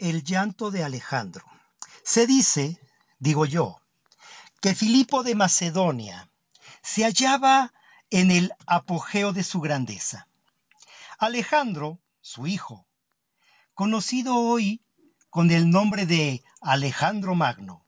El llanto de Alejandro. Se dice, digo yo, que Filipo de Macedonia se hallaba en el apogeo de su grandeza. Alejandro, su hijo, conocido hoy con el nombre de Alejandro Magno,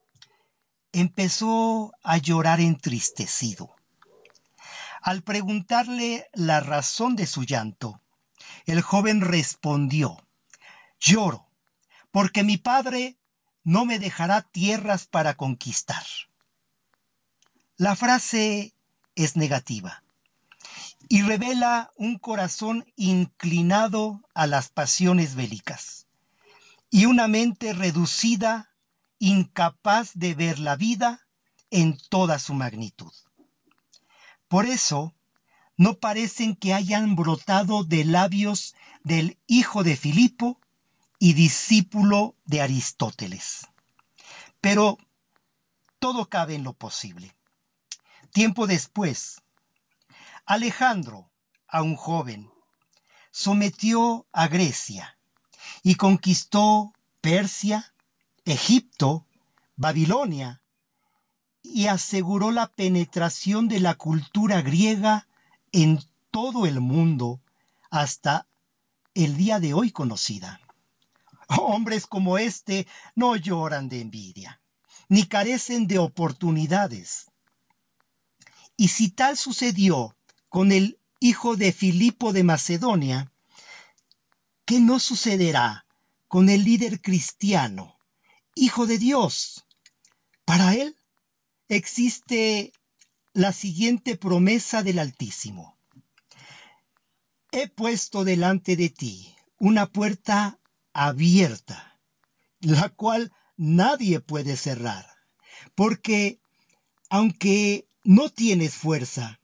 empezó a llorar entristecido. Al preguntarle la razón de su llanto, el joven respondió: lloro, porque mi padre no me dejará tierras para conquistar. La frase es negativa y revela un corazón inclinado a las pasiones bélicas y una mente reducida, incapaz de ver la vida en toda su magnitud. Por eso, no parecen que hayan brotado de labios del hijo de Filipo y discípulo de Aristóteles. Pero todo cabe en lo posible. Tiempo después, Alejandro, aún joven, sometió a Grecia y conquistó Persia, Egipto, Babilonia y aseguró la penetración de la cultura griega en todo el mundo hasta el día de hoy conocida. Hombres como este no lloran de envidia, ni carecen de oportunidades. Y si tal sucedió con el hijo de Filipo de Macedonia, ¿qué no sucederá con el líder cristiano, hijo de Dios? Para él existe la siguiente promesa del Altísimo: he puesto delante de ti una puerta abierta, la cual nadie puede cerrar, porque aunque no tienes fuerza,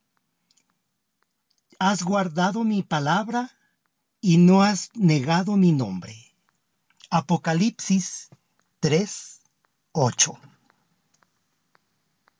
has guardado mi palabra y no has negado mi nombre. Apocalipsis 3:8.